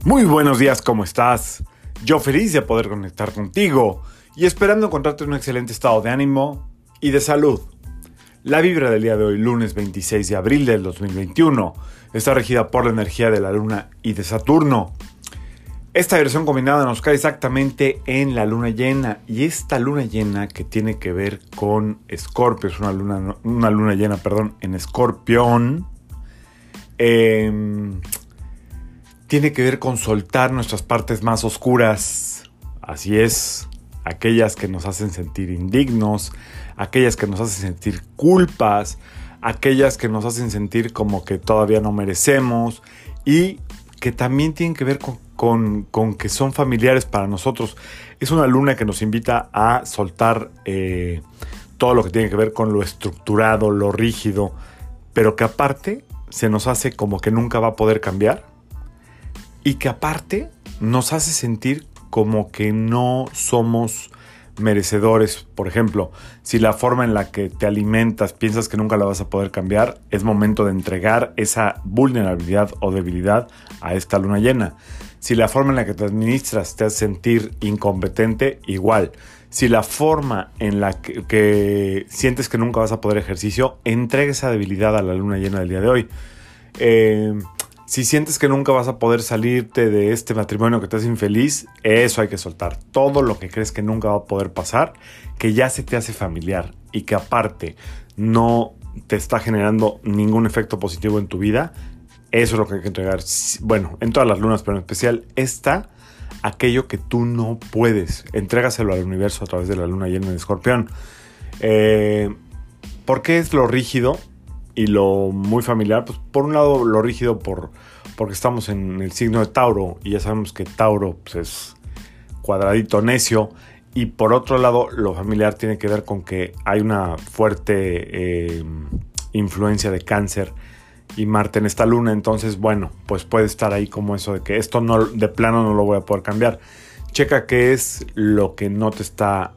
Muy buenos días, ¿cómo estás? Yo feliz de poder conectar contigo y esperando encontrarte en un excelente estado de ánimo y de salud. La vibra del día de hoy, lunes 26 de abril del 2021, está regida por la energía de la Luna y de Saturno. Esta versión combinada nos cae exactamente en la luna llena, y esta luna llena que tiene que ver con Escorpio, es una luna llena en Escorpión, tiene que ver con soltar nuestras partes más oscuras. Así es, aquellas que nos hacen sentir indignos, aquellas que nos hacen sentir culpas, aquellas que nos hacen sentir como que todavía no merecemos, y que también tienen que ver con que son familiares para nosotros. Es una luna que nos invita a soltar todo lo que tiene que ver con lo estructurado, lo rígido, pero que aparte se nos hace como que nunca va a poder cambiar, y que aparte nos hace sentir como que no somos merecedores. Por ejemplo, si la forma en la que te alimentas piensas que nunca la vas a poder cambiar, es momento de entregar esa vulnerabilidad o debilidad a esta luna llena. Si la forma en la que te administras te hace sentir incompetente, igual. Si la forma en la que sientes que nunca vas a poder ejercicio, entrega esa debilidad a la luna llena del día de hoy. Si sientes que nunca vas a poder salirte de este matrimonio que te hace infeliz, eso hay que soltar. Todo lo que crees que nunca va a poder pasar, que ya se te hace familiar y que aparte no te está generando ningún efecto positivo en tu vida, eso es lo que hay que entregar. Bueno, en todas las lunas, pero en especial esta, aquello que tú no puedes. Entrégaselo al universo a través de la luna llena de Escorpión. ¿Por qué es lo rígido y lo muy familiar? Pues por un lado lo rígido porque estamos en el signo de Tauro, y ya sabemos que Tauro pues, es cuadradito necio. Y por otro lado lo familiar tiene que ver con que hay una fuerte influencia de Cáncer y Marte en esta luna. Entonces, bueno, pues puede estar ahí como eso de que esto no, de plano no lo voy a poder cambiar. Checa qué es lo que no te está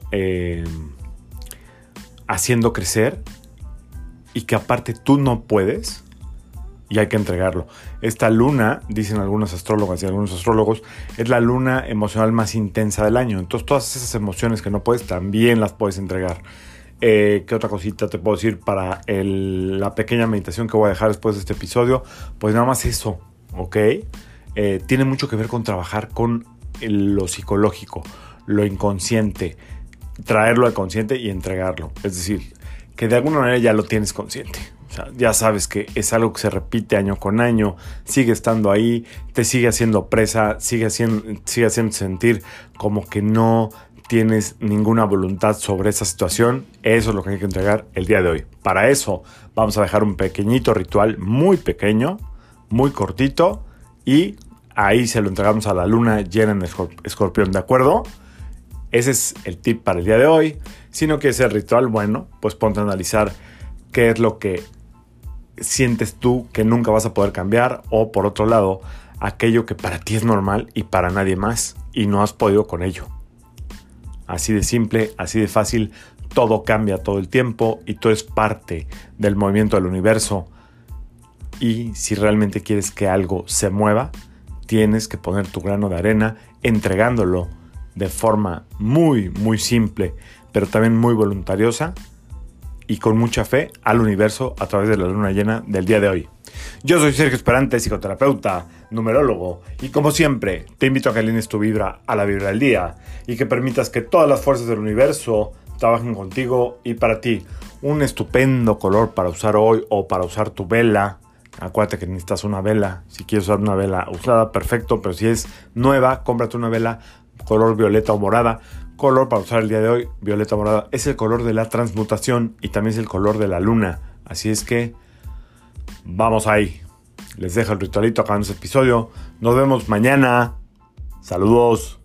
haciendo crecer y que aparte tú no puedes, y hay que entregarlo. Esta luna, dicen algunas astrólogas y algunos astrólogos, es la luna emocional más intensa del año. Entonces todas esas emociones que no puedes, también las puedes entregar. ¿Qué otra cosita te puedo decir para la pequeña meditación que voy a dejar después de este episodio? Pues nada más eso, ¿ok? Tiene mucho que ver con trabajar con lo psicológico, lo inconsciente, traerlo al consciente y entregarlo. Es decir, que de alguna manera ya lo tienes consciente. O sea, ya sabes que es algo que se repite año con año, sigue estando ahí, te sigue haciendo presa, sigue haciendo sentir como que no tienes ninguna voluntad sobre esa situación. Eso es lo que hay que entregar el día de hoy. Para eso vamos a dejar un pequeñito ritual, muy pequeño, muy cortito, y ahí se lo entregamos a la luna llena en Escorpión, ¿de acuerdo? Ese es el tip para el día de hoy. Si no quieres el ritual, bueno, pues ponte a analizar qué es lo que sientes tú que nunca vas a poder cambiar, o por otro lado, aquello que para ti es normal y para nadie más, y no has podido con ello. Así de simple, así de fácil. Todo cambia todo el tiempo y tú eres parte del movimiento del universo. Y si realmente quieres que algo se mueva, tienes que poner tu grano de arena entregándolo de forma muy, muy simple, pero también muy voluntariosa y con mucha fe al universo a través de la luna llena del día de hoy. Yo soy Sergio Esperante, psicoterapeuta, numerólogo, y como siempre te invito a que alines tu vibra a la vibra del día y que permitas que todas las fuerzas del universo trabajen contigo y para ti. Un estupendo color para usar hoy o para usar tu vela. Acuérdate que necesitas una vela. Si quieres usar una vela usada, perfecto, pero si es nueva, cómprate una vela color violeta o morada. Color para usar el día de hoy, violeta o morada, es el color de la transmutación y también es el color de la luna. Así es que vamos ahí. Les dejo el ritualito acabando este episodio. Nos vemos mañana. Saludos.